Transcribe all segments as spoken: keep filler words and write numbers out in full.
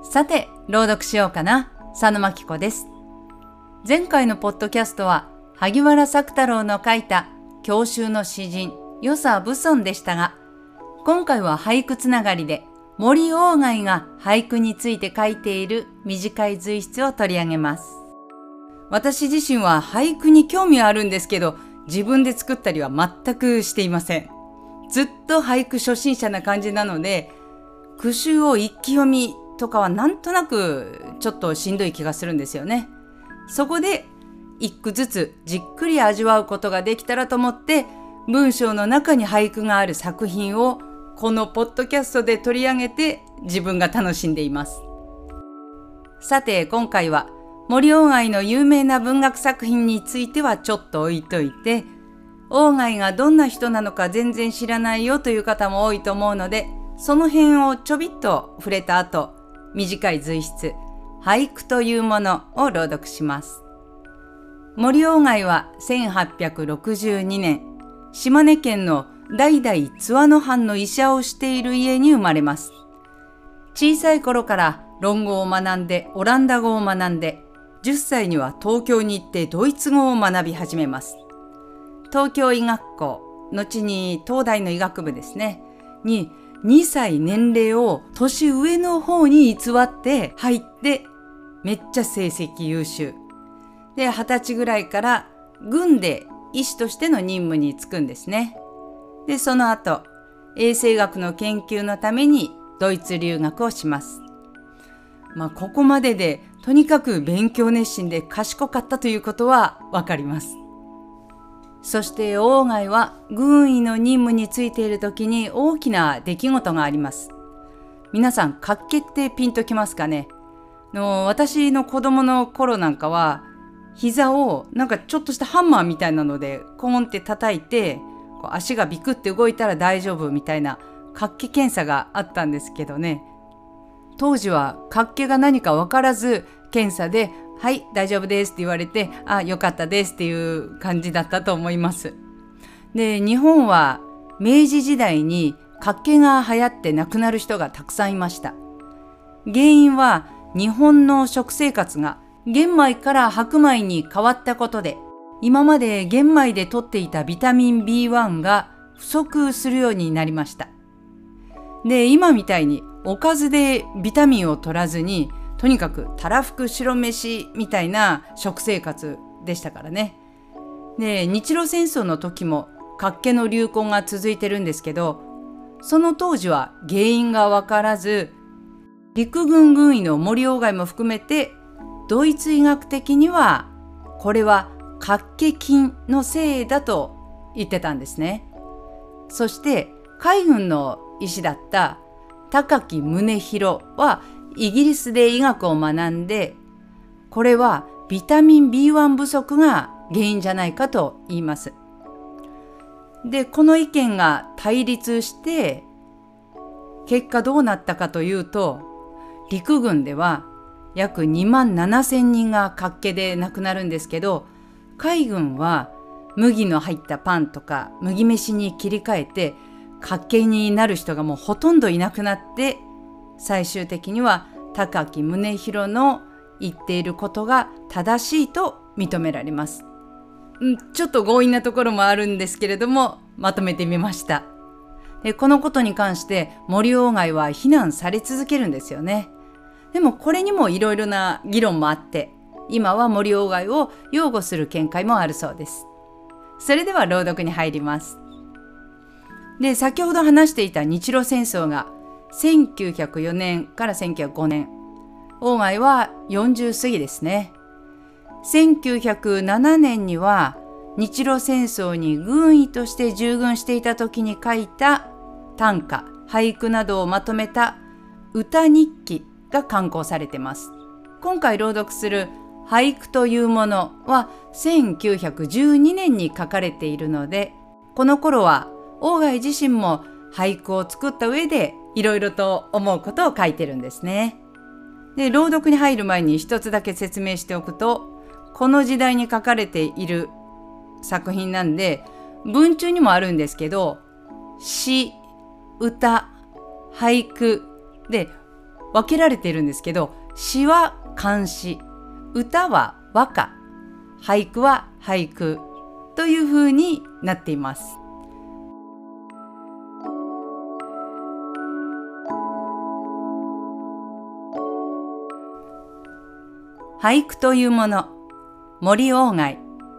さて、朗読しようかな。佐野真希子です。前回のポッドキャストは、萩原作太郎の書いた郷愁の詩人、与謝蕪村でしたが、今回は俳句つながりで、森鴎外が俳句について書いている短い随筆を取り上げます。私自身は俳句に興味はあるんですけど、自分で作ったりは全くしていません。ずっと俳句初心者な感じなので、句集を一気読みとかはなんとなくちょっとしんどい気がするんですよね。そこで一句ずつじっくり味わうことができたらと思って、文章の中に俳句がある作品をこのポッドキャストで取り上げて自分が楽しんでいます。さて今回は森鴎外の有名な文学作品についてはちょっと置いといて、鴎外がどんな人なのか全然知らないよという方も多いと思うので、その辺をちょびっと触れた後、短い随筆、俳句というものを朗読します。森鴎外はせんはっぴゃくろくじゅうにねん、島根県の代々津和野藩の医者をしている家に生まれます。小さい頃から論語を学んで、オランダ語を学んで、じゅっさいには東京に行ってドイツ語を学び始めます。東京医学校、後に東大の医学部ですね、ににさい年齢を年上の方に偽って入って、めっちゃ成績優秀。で、はたちぐらいから軍で医師としての任務に就くんですね。で、その後、衛生学の研究のためにドイツ留学をします。まあ、ここまででとにかく勉強熱心で賢かったということはわかります。そして鴎外は軍医の任務についている時に大きな出来事があります。皆さん、脚気ってピンときますかね？の私の子供の頃なんかは、膝をなんかちょっとしたハンマーみたいなのでコーンって叩いて、こう足がビクって動いたら大丈夫みたいな脚気検査があったんですけどね。当時は脚気が何か分からず、検査ではい大丈夫ですって言われて、あよかったですっていう感じだったと思います。で、日本は明治時代に脚気が流行って亡くなる人がたくさんいました。原因は日本の食生活が玄米から白米に変わったことで、今まで玄米で摂っていたビタミン ビーワン が不足するようになりました。で、今みたいにおかずでビタミンを取らずに、とにかくたらふく白飯みたいな食生活でしたからね。で、日露戦争の時も脚気の流行が続いてるんですけど、その当時は原因がわからず、陸軍軍医の森鴎外も含めて、ドイツ医学的にはこれは脚気菌のせいだと言ってたんですね。そして海軍の医師だった高木宗弘はイギリスで医学を学んで、これはビタミン ビーワン 不足が原因じゃないかと言います。で、この意見が対立して、結果どうなったかというと、陸軍では約にまんななせんにんが脚気で亡くなるんですけど、海軍は麦の入ったパンとか麦飯に切り替えて、脚気になる人がもうほとんどいなくなって、最終的には高木宗弘の言っていることが正しいと認められます。ちょっと強引なところもあるんですけれども、まとめてみました。で、このことに関して森鴎外は非難され続けるんですよね。でもこれにもいろいろな議論もあって、今は森鴎外を擁護する見解もあるそうです。それでは朗読に入ります。で、先ほど話していた日露戦争がせんきゅうひゃくよねんからせんきゅうひゃくごねん、鴎外はよんじゅう過ぎですね。せんきゅうひゃくななねんには日露戦争に軍医として従軍していた時に書いた短歌、俳句などをまとめた歌日記が刊行されています。今回朗読する俳句というものはせんきゅうひゃくじゅうにねんに書かれているので、この頃は鴎外自身も俳句を作った上でいろいろと思うことを書いてるんですね。で、朗読に入る前に一つだけ説明しておくと、この時代に書かれている作品なんで、文中にもあるんですけど、詩、歌、俳句で分けられているんですけど、詩は漢詩、歌は和歌、俳句は俳句というふうになっています。俳句というもの、森鴎外。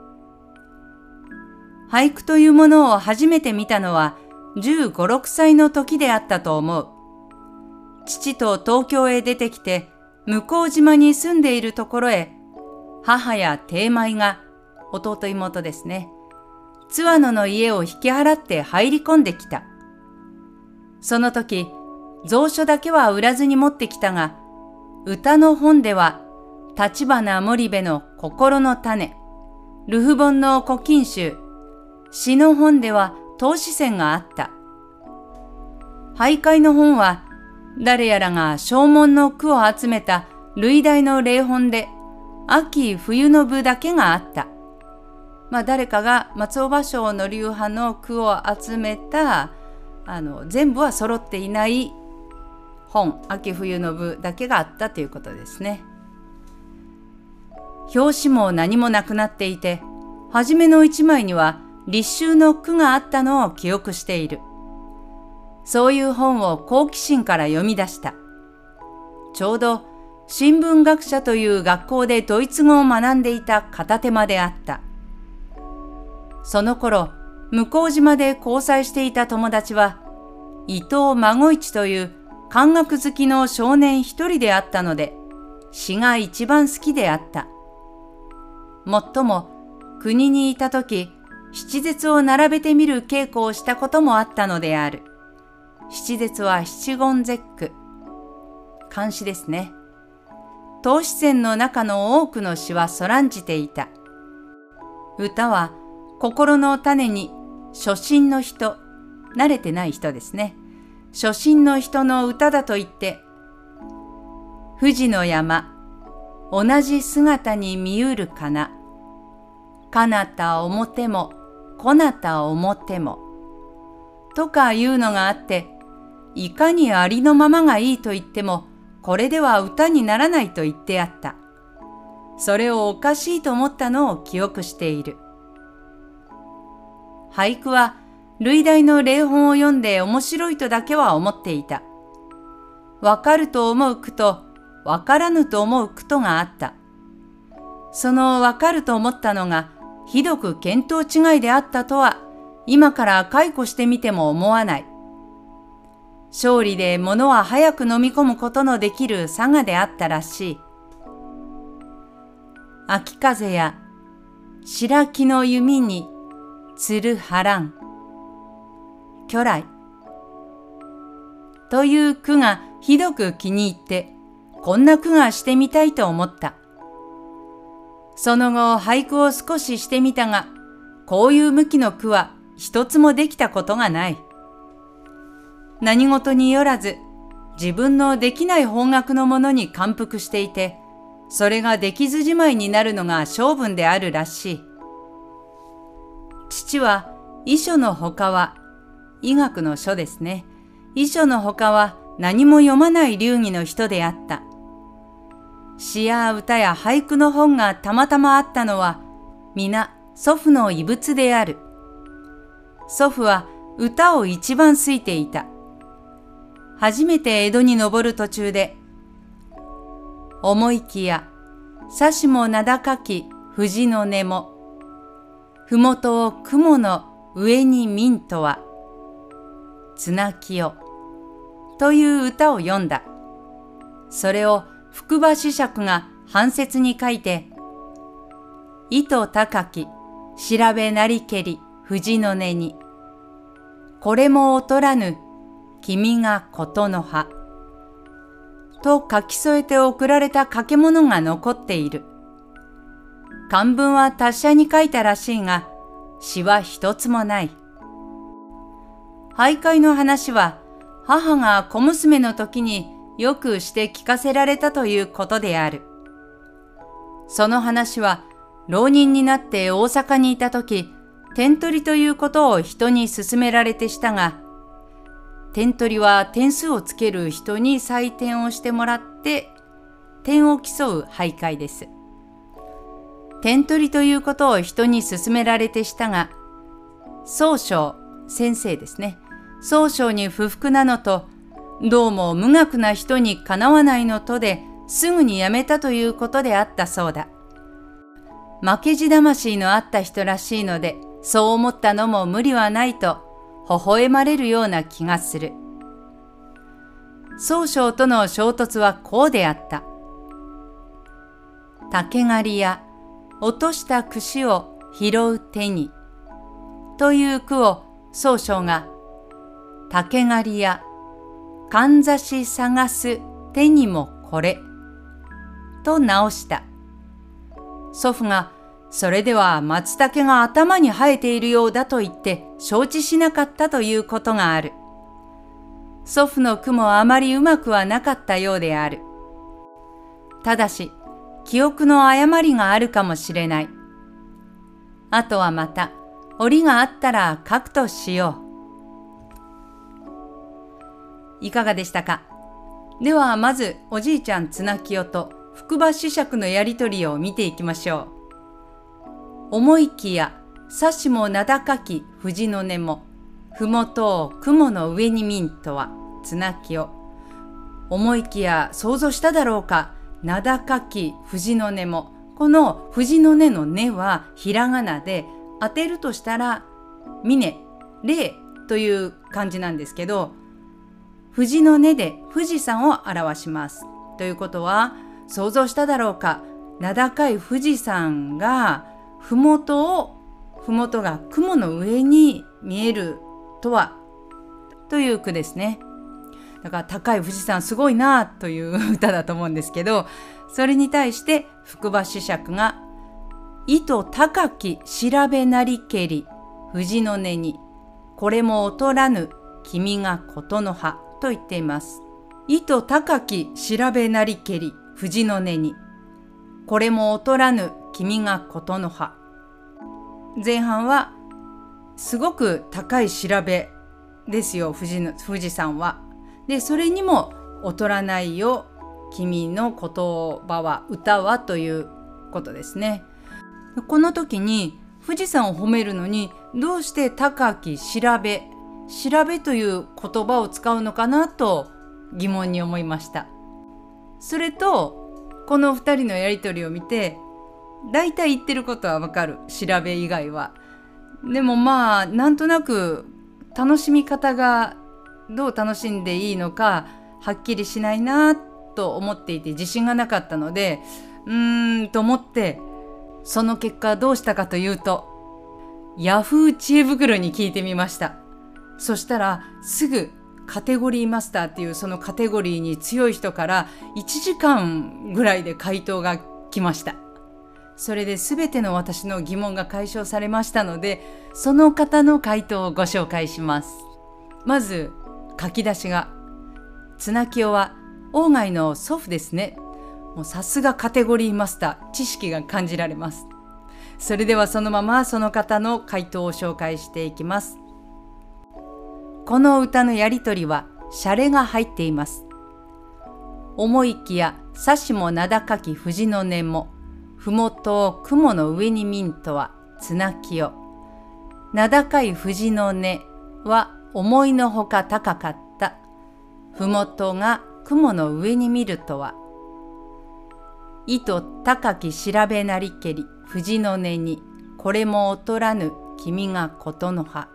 俳句というものを初めて見たのはじゅうご、ろくさいの時であったと思う。父と東京へ出てきて向島に住んでいるところへ、母や貞米が、弟妹ですね、津和野の家を引き払って入り込んできた。その時、蔵書だけは売らずに持ってきたが、歌の本では立花守部の心の種、ルフ本の古今集、詩の本では投資選があった。俳諧の本は誰やらが証文の句を集めた類題の例本で、秋冬の部だけがあった。まあ誰かが松尾芭蕉の流派の句を集めた、あの全部は揃っていない本、秋冬の部だけがあったということですね。表紙も何もなくなっていて、初めの一枚には立秋の句があったのを記憶している。そういう本を好奇心から読み出した。ちょうど新聞学者という学校でドイツ語を学んでいた片手間であった。その頃、向島で交際していた友達は、伊藤孫一という漢学好きの少年一人であったので、詩が一番好きであった。もっとも、国にいたとき、七絶を並べてみる稽古をしたこともあったのである。七絶は七言絶句。漢詩ですね。投資選の中の多くの詩はそらんじていた。歌は心の種に初心の人、慣れてない人ですね。初心の人の歌だと言って、富士の山、同じ姿に見うるかな。かなた表も、こなた表も。とかいうのがあって、いかにありのままがいいと言っても、これでは歌にならないと言ってあった。それをおかしいと思ったのを記憶している。俳句は類題の例本を読んで面白いとだけは思っていた。わかると思う句とわからぬと思う句とがあった。そのわかると思ったのがひどく見当違いであったとは今から解雇してみても思わない。勝利で物は早く飲み込むことのできる佐賀であったらしい。秋風や白木の弓につる波乱。巨来。という句がひどく気に入って、こんな句がしてみたいと思った。その後俳句を少ししてみたが、こういう向きの句は一つもできたことがない。何事によらず、自分のできない方角のものに感服していて、それができずじまいになるのが性分であるらしい。父は医書のほかは、医学の書ですね。医書のほかは何も読まない流儀の人であった。詩や歌や俳句の本がたまたまあったのは、皆祖父の遺物である。祖父は歌を一番好いていた。初めて江戸に登る途中で、思いきや、さしも名高き藤の根も、ふもとを雲の上に見んとは、つなきよ、という歌を読んだ。それを福場子爵が半節に書いて、糸高き、調べなりけり藤の根に、これも劣らぬ、君がことの葉。と書き添えて送られた掛け物が残っている。漢文は達者に書いたらしいが、詩は一つもない。俳諧の話は、母が小娘の時によくして聞かせられたということである。その話は、浪人になって大阪にいた時、点取りということを人に勧められてしたが、 点取りは点数をつける人に採点をしてもらって点を競う徘徊です。点取りということを人に勧められてしたが、宗匠、先生ですね。宗匠に不服なのと、どうも無学な人にかなわないのとですぐにやめたということであったそうだ。負けじ魂のあった人らしいので、そう思ったのも無理はないと微笑まれるような気がする。宗匠との衝突はこうであった。竹狩りや落とした櫛を拾う手にという句を宗匠が竹狩りやかんざし探す手にもこれと直した。祖父がそれでは松茸が頭に生えているようだと言って承知しなかったということがある。祖父の句もあまりうまくはなかったようである。ただし記憶の誤りがあるかもしれない。あとはまた折があったら書くとしよう。いかがでしたか。ではまずおじいちゃん綱清と福場子爵のやりとりを見ていきましょう。思いきやさしも名高き藤の根もふもとを雲の上に見んとは綱清。思いきや想像しただろうか。名高き藤の根も、この藤の根の根はひらがなで、当てるとしたら峰、霊という漢字なんですけど、藤の根で富士山を表します。ということは想像しただろうか。名高い富士山がふもとをふもとが雲の上に見えるとはという句ですね。だから高い富士山すごいなという歌だと思うんですけど、それに対して福場子爵が糸高き調べなりけり藤の根にこれも劣らぬ君がことの葉と言っています。糸高き調べなりけり藤の根にこれも劣らぬ君がことの葉。前半はすごく高い調べですよ、富士の富士山は。でそれにも劣らないよ君の言葉は歌はということですね。この時に富士山を褒めるのにどうして高き調べ調べという言葉を使うのかなと疑問に思いました。それとこの二人のやりとりを見てだいたい言ってることはわかる、調べ以外は。でもまあなんとなく楽しみ方がどう楽しんでいいのかはっきりしないなと思っていて自信がなかったので、うーんと思って、その結果どうしたかというとヤフー知恵袋に聞いてみました。そしたらすぐカテゴリーマスターっていうそのカテゴリーに強い人からいちじかんぐらいで回答が来ました。それで全ての私の疑問が解消されましたので、その方の回答をご紹介します。まず書き出しが、綱清は鴎外の祖父ですね。もうさすがカテゴリーマスター、知識が感じられます。それではそのままその方の回答を紹介していきます。この歌のやりとりはシャレが入っています。思いきやさしも名高き藤の根もふもとを雲の上に見んとは綱清。名高い藤の根は思いのほか高かった。ふもとが雲の上に見るとは。糸高き調べなりけり藤の根にこれも劣らぬ君がことの葉。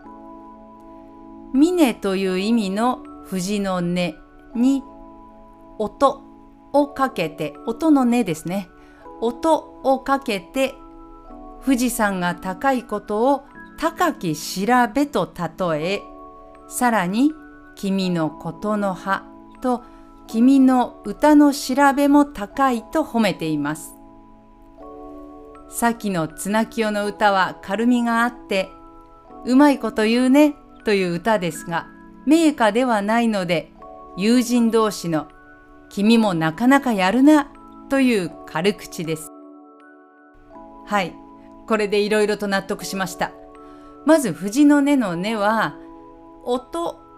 峰という意味の藤の根に音をかけて、音の根ですね。音をかけて富士山が高いことを高き調べと例え、さらに君のことの葉と君の歌の調べも高いと褒めています。さっきの綱清の歌は軽みがあってうまいこと言うねという歌ですが、名歌ではないので友人同士の君もなかなかやるなという軽口です。はい、これでいろいろと納得しました。まず藤の根の根は音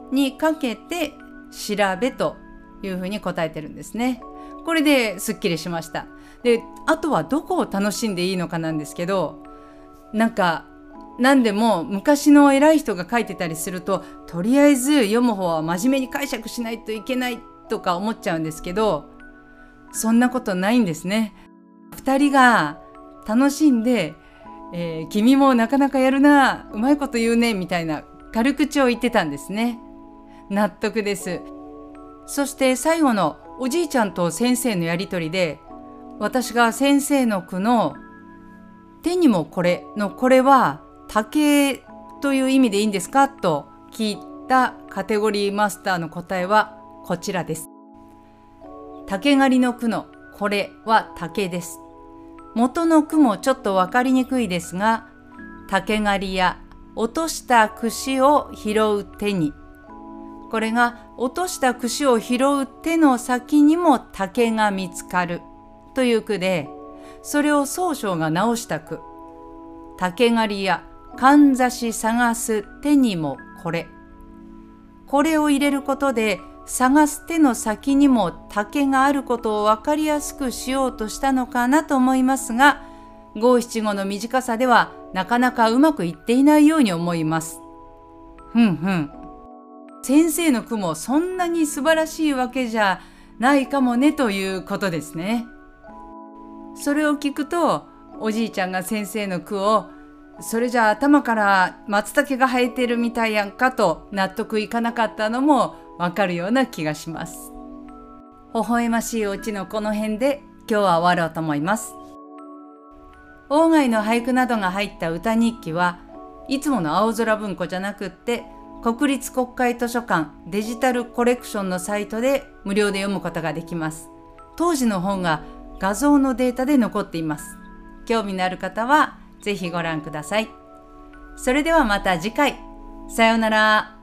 にかけて調べというふうに答えてるんですね。これですっきりしました。で、あとはどこを楽しんでいいのかなんですけど、なんか何でも昔の偉い人が書いてたりすると、とりあえず読む方は真面目に解釈しないといけないとか思っちゃうんですけど、そんなことないんですね。二人が楽しんで、えー、君もなかなかやるな、うまいこと言うねみたいな軽口を言ってたんですね。納得です。そして最後のおじいちゃんと先生のやりとりで、私が先生の句の手にもこれのこれは竹という意味でいいんですかと聞いたカテゴリーマスターの答えはこちらです。竹狩りの句のこれは竹です。元の句もちょっとわかりにくいですが、竹狩りや落とした串を拾う手に、これが落とした串を拾う手の先にも竹が見つかるという句で、それを宗匠が直した句。竹狩りやかんざし探す手にもこれ。これを入れることで、探す手の先にも竹があることを分かりやすくしようとしたのかなと思いますが、五七五の短さではなかなかうまくいっていないように思います。ふんふん。先生の句もそんなに素晴らしいわけじゃないかもねということですね。それを聞くと、おじいちゃんが先生の句を、それじゃあ頭から松茸が生えてるみたいやんかと納得いかなかったのもわかるような気がします。微笑ましいオチのこの辺で今日は終わろうと思います。鴎外の俳句などが入った歌日記はいつもの青空文庫じゃなくって、国立国会図書館デジタルコレクションのサイトで無料で読むことができます。当時の本が画像のデータで残っています。興味のある方はぜひご覧ください。それではまた次回。さようなら。